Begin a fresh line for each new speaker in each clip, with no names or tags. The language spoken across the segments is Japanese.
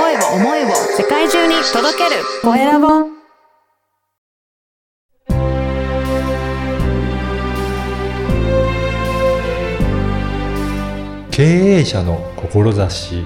声を世界中に届けるコエラボ。
経営者の志。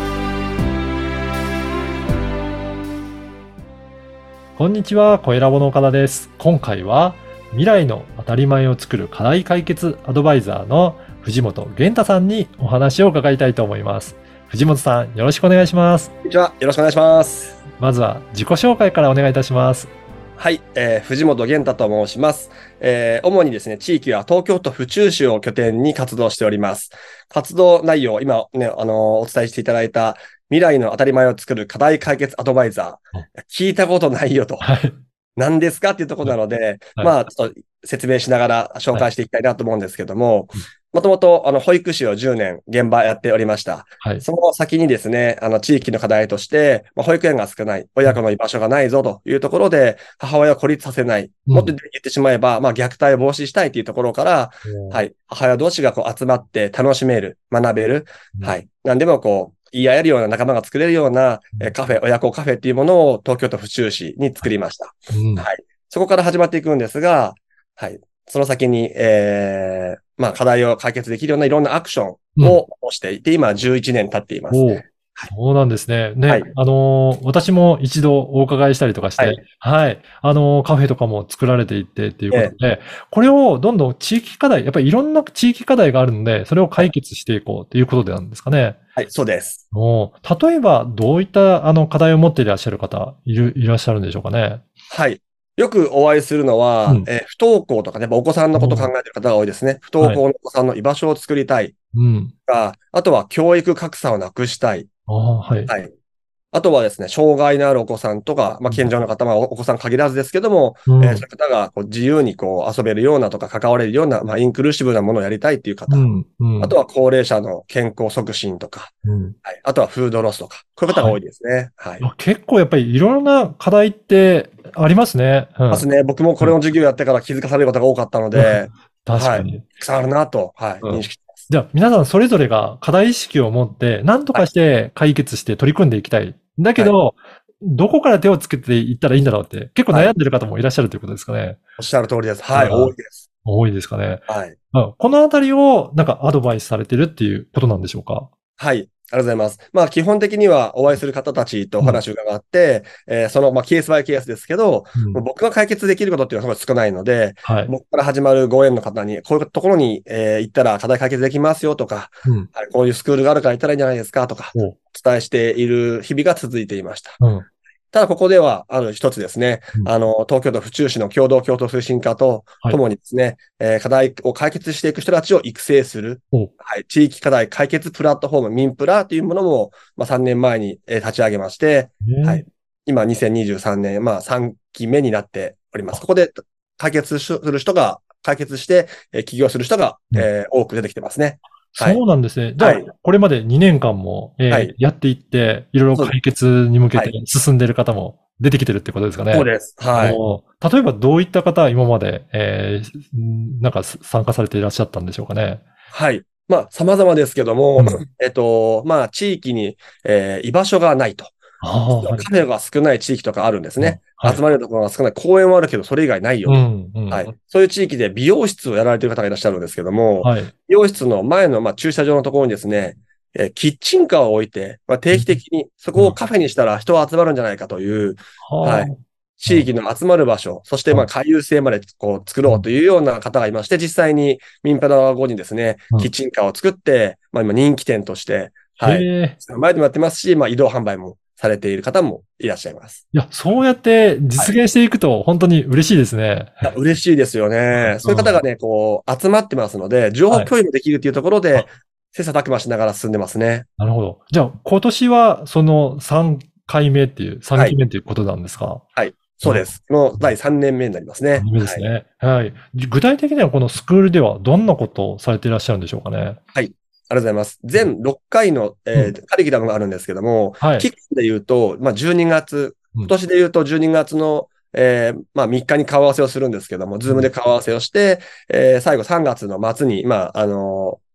こんにちは、コエラボの岡田です。今回は未来の当たり前を作る課題解決アドバイザーの藤本源太さんにお話を伺いたいと思います。藤本さん、よろしくお願いします。
こんにちは、よろしくお願いします。
まずは自己紹介からお願いいたします。
はい、藤本源太と申します。主にですね、地域は東京都府中市を拠点に活動しております。活動内容、今ね、お伝えしていただいた未来の当たり前を作る課題解決アドバイザー。聞いたことないよと。
はい。
何ですかっていうところなので、
はい、
まあ、ちょっと説明しながら紹介していきたいなと思うんですけども、
はい、
もともと、保育士を10年現場やっておりました。
はい、
その先にですね、地域の課題として、保育園が少ない、親子の居場所がないぞというところで、母親を孤立させない、もっと言ってしまえば、虐待を防止したいというところから、はい、母親同士が集まって楽しめる、学べる、はい、何でも言い合えるような仲間が作れるようなカフェ、親子カフェっていうものを東京都府中市に作りました。はい。そこから始まっていくんですが、はい。その先に、課題を解決できるようないろんなアクションをしていて、今11年経っています。
そうなんですね。ね、はい、私も一度お伺いしたりとかして、はい。カフェとかも作られていってっていうことで、これをどんどん地域課題、やっぱりいろんな地域課題があるので、それを解決していこうということなんですかね。
はい、そうです。
例えば、どういった課題を持っていらっしゃる方、いらっしゃるんでしょうかね。
はい。よくお会いするのは、不登校とかね、お子さんのことを考えている方が多いですね。不登校のお子さんの居場所を作りたい。あとは教育格差をなくしたい。はい。あとはですね、障害のあるお子さんとか、健常の方はお子さん限らずですけども、そういう方が自由に遊べるようなとか関われるような、インクルーシブなものをやりたいっていう方。あとは高齢者の健康促進とか、はい。あとはフードロスとか、こういう方が多いですね。はい。
結構やっぱりいろんな課題ってありますね。
ますね。僕もこれの授業やってから気づかされることが多かったので、
確かに。
たくさんあるなと、認識してます。
じゃあ、皆さんそれぞれが課題意識を持って、何とかして解決して取り組んでいきたい。だけど、どこから手をつけていったらいいんだろうって、結構悩んでる方もいらっしゃるということですかね。
おっしゃる通りです。はい、多いです。
多いですかね。
はい。
このあたりを、アドバイスされてるっていうことなんでしょうか？
はい。ありがとうございます。基本的にはお会いする方たちとお話を伺って、その、ケースバイケースですけど、僕が解決できることっていうのはすごい少ないので、僕から始まるご縁の方に、こういうところに、行ったら課題解決できますよとか、こういうスクールがあるから行ったらいいんじゃないですかとか、お伝えしている日々が続いていました。ただここでは、一つですね、東京都府中市の共同京都推進課と共にですね、課題を解決していく人たちを育成する、地域課題解決プラットフォーム、ミンプラというものも、3年前に立ち上げまして、今2023年、3期目になっております。ここで解決する人が、解決して、起業する人が、多く出てきてますね。
そうなんですね。じゃあ、これまで2年間も、やっていって、いろいろ解決に向けて進んでいる方も出てきてるってことですかね。
そうです。はい。
例えばどういった方、今まで、参加されていらっしゃったんでしょうかね。
はい。様々ですけども、地域に、居場所がないと。カフェが少ない地域とかあるんですね。集まれるところが少ない。公園はあるけど、それ以外ないよと。そういう地域で美容室をやられている方がいらっしゃるんですけども、美容室の前の駐車場のところにですね、キッチンカーを置いて、定期的にそこをカフェにしたら人が集まるんじゃないかという、地域の集まる場所、そして回遊性まで作ろうというような方がいまして、実際にミンパラ後にですね、キッチンカーを作って、今人気店として、前でもやってますし、移動販売もされている方もいらっしゃいます。
いや、そうやって実現していくと本当に嬉しいですね。
嬉しいですよね。そういう方がね、集まってますので、情報共有もできるというところで、切磋琢磨しながら進んでますね。
なるほど。じゃあ、今年はその3回目っていう、3期目っていうことなんですか？
はい。そうです。の第3年目になりますね。
3年目ですね。はい。具体的にはこのスクールではどんなことをされていらっしゃるんでしょうかね？
はい。ありがとうございます。全6回の、カリキュラムがあるんですけども、期間で言うと、12月、今年で言うと12月の、3日に顔合わせをするんですけども、ズームで顔合わせをして、最後3月の末に、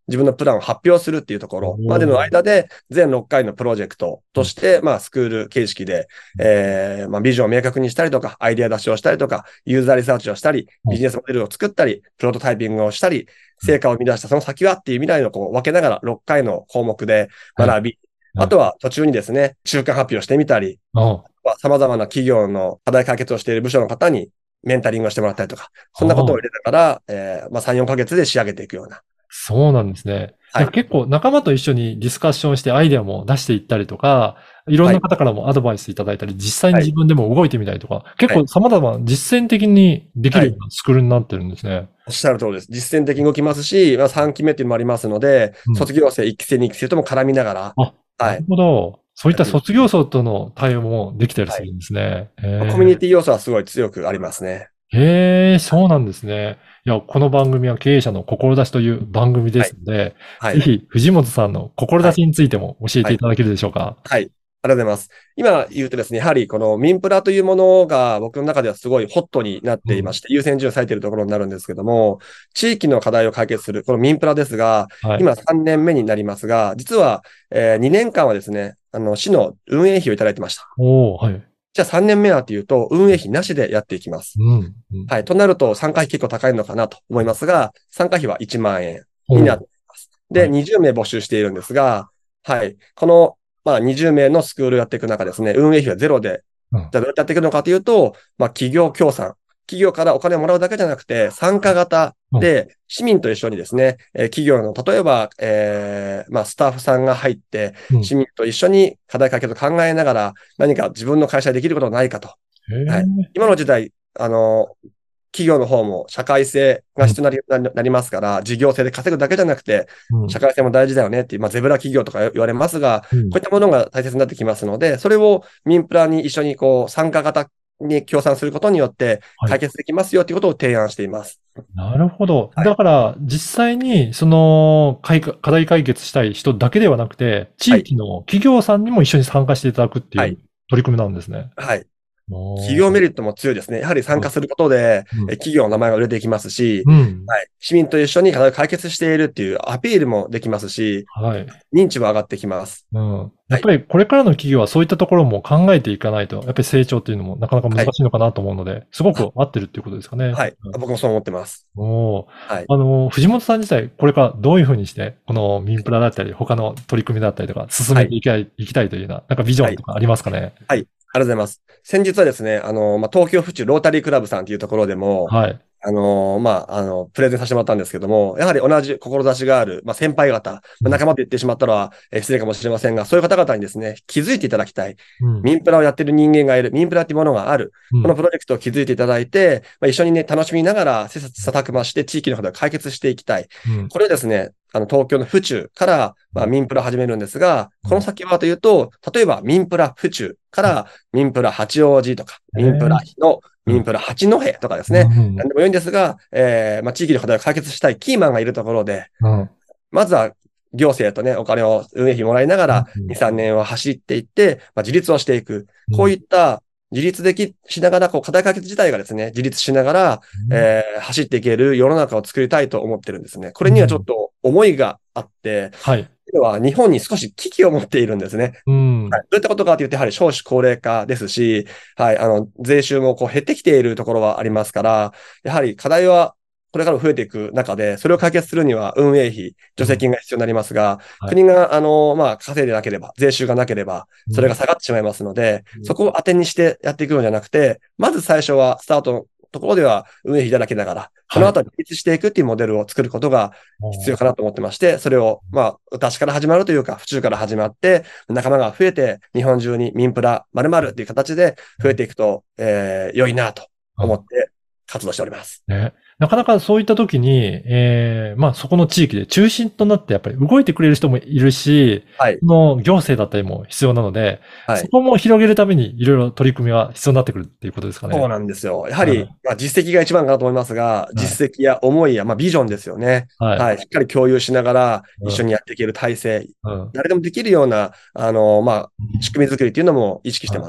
自分のプランを発表するっていうところまでの間で、全6回のプロジェクトとして、スクール形式で、ビジョンを明確にしたりとか、アイデア出しをしたりとか、ユーザーリサーチをしたり、ビジネスモデルを作ったり、プロトタイピングをしたり、成果を生み出したその先はっていう未来の分けながら6回の項目で学び、あとは途中にですね、中間発表してみたり、様々な企業の課題解決をしている部署の方にメンタリングをしてもらったりとか、そんなことを入れながら、3、4ヶ月で仕上げていくような。
そうなんですね。結構仲間と一緒にディスカッションしてアイデアも出していったりとか、いろんな方からもアドバイスいただいたり、実際に自分でも動いてみたりとか、結構様々実践的にできるようなスクールになってるんですね。
おっしゃる通りです。実践的に動きますし、3期目っていうのもありますので、卒業生、1期生、2期生とも絡みながら。
なるほど。そういった卒業層との対応もできたりするんですね。
コミュニティ要素はすごい強くありますね。
へえ、そうなんですね。いや、この番組は経営者の志という番組ですので、ぜひ藤本さんの志についても教えていただけるでしょうか。
はい。ありがとうございます。今言うとですね、やはりこのミンプラというものが僕の中ではすごいホットになっていまして、優先順位されているところになるんですけども、地域の課題を解決するこのミンプラですが、今3年目になりますが、実は、2年間はですね、市の運営費をいただいてました。じゃあ3年目はというと、運営費なしでやっていきます。はい。となると、参加費結構高いのかなと思いますが、参加費は1万円になっています。で、20名募集しているんですが、はい。この、20名のスクールをやっていく中ですね、運営費はゼロで、じゃあどうやってやっていくのかというと、企業協賛。企業からお金をもらうだけじゃなくて、参加型で、市民と一緒にですね、企業の、例えば、スタッフさんが入って、市民と一緒に課題解決を考えながら、何か自分の会社でできることはないかと。はい、今の時代、企業の方も社会性が必要になりますから、事業性で稼ぐだけじゃなくて、社会性も大事だよねっていう、ゼブラ企業とか言われますが、こういったものが大切になってきますので、それをミンプラに一緒に参加型に協賛することによって解決できますよということを提案しています。
なるほど。だから、実際に、その、課題解決したい人だけではなくて、地域の企業さんにも一緒に参加していただくっていう取り組みなんですね。
はい。企業メリットも強いですね。やはり参加することで、企業の名前が売れていきますし、市民と一緒に課題を解決しているっていうアピールもできますし、認知も上がってきます。
やっぱりこれからの企業はそういったところも考えていかないと、やっぱり成長っていうのもなかなか難しいのかなと思うので、すごく合ってるっていうことですかね。
はい。僕もそう思ってます。
藤本さん自体、これからどういうふうにして、このミンプラだったり、他の取り組みだったりとか、進めていきたいというような、なんかビジョンとかありますかね。
はい。ありがとうございます。先日はですね、東京府中ロータリークラブさんというところでも、プレゼンさせてもらったんですけども、やはり同じ志がある、先輩方、仲間と言ってしまったら、失礼かもしれませんが、そういう方々にですね、気づいていただきたい。ミンプラをやっている人間がいる、ミンプラっていうものがある。このプロジェクトを気づいていただいて、一緒にね、楽しみながら、切磋琢磨して地域の課題を解決していきたい。これをですね、東京の府中から、ミンプラ始めるんですが、この先はというと、例えばミンプラ府中からミンプラ八王子とか、ミンプラミンプラ八戸とかですね、何でも良いんですが、地域の課題を解決したいキーマンがいるところで、まずは行政とね、お金を運営費もらいながら、2、3年を走っていって、自立をしていく。こういった自立しながら、課題解決自体がですね、自立しながら、走っていける世の中を作りたいと思ってるんですね。これにはちょっと思いがあって、では日本に少し危機を持っているんですね。どういったことかというと、やはり少子高齢化ですし、税収も減ってきているところはありますから、やはり課題はこれから増えていく中で、それを解決するには運営費、助成金が必要になりますが、国が、稼いでなければ、税収がなければ、それが下がってしまいますので、そこを当てにしてやっていくのではなくて、まず最初はスタートのところでは運営費いただきながら、その後は自立していくっていうモデルを作ることが必要かなと思ってまして、それを、私から始まるというか、府中から始まって、仲間が増えて、日本中にミンプラ〇〇っていう形で増えていくと、良いなと思って活動しております。
なかなかそういった時に、そこの地域で中心となってやっぱり動いてくれる人もいるし、その行政だったりも必要なので、そこも広げるためにいろいろ取り組みは必要になってくるっていうことですかね。
そうなんですよ。やはり、実績が一番かなと思いますが、実績や思いや、ビジョンですよね。しっかり共有しながら一緒にやっていける体制、誰でもできるような、仕組み作りっていうのも意識してます。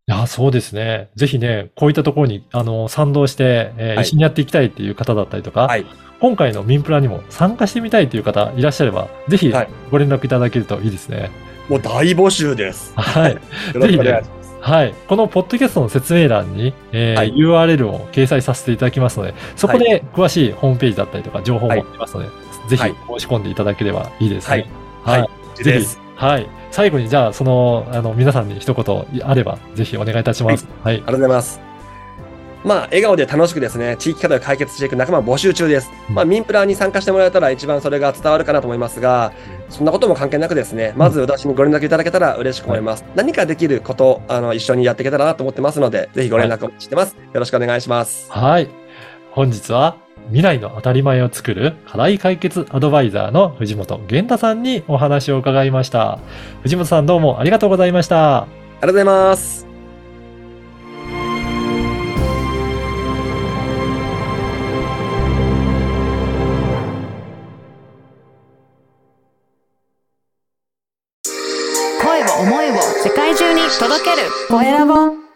や、そうですね。ぜひね、こういったところに、賛同して、一緒にやっていきたいっていう方だったりとか、今回の民プラにも参加してみたいという方いらっしゃれば、ぜひご連絡いただけるといいですね。
もう大募集です。
はい。ぜひね、はい。このポッドキャストの説明欄に、URL を掲載させていただきますので、そこで詳しいホームページだったりとか情報もありますので、ぜひ申し込んでいただければいいですね。
はい。
ぜひ。はい。最後に、じゃあ、皆さんに一言あれば、ぜひお願いいたします。はい。あり
がとうございます。笑顔で楽しくですね、地域課題を解決していく仲間募集中です。民プラに参加してもらえたら一番それが伝わるかなと思いますが、そんなことも関係なくですね、まず私にご連絡いただけたら嬉しく思います。何かできること、一緒にやっていけたらなと思ってますので、ぜひご連絡をしてます。よろしくお願いします。
はい。本日は、未来の当たり前を作る課題解決アドバイザーの藤本源太さんにお話を伺いました。藤本さん、どうもありがとうございました。
ありがとうございます。
声を思いを世界中に届けるコエラボ。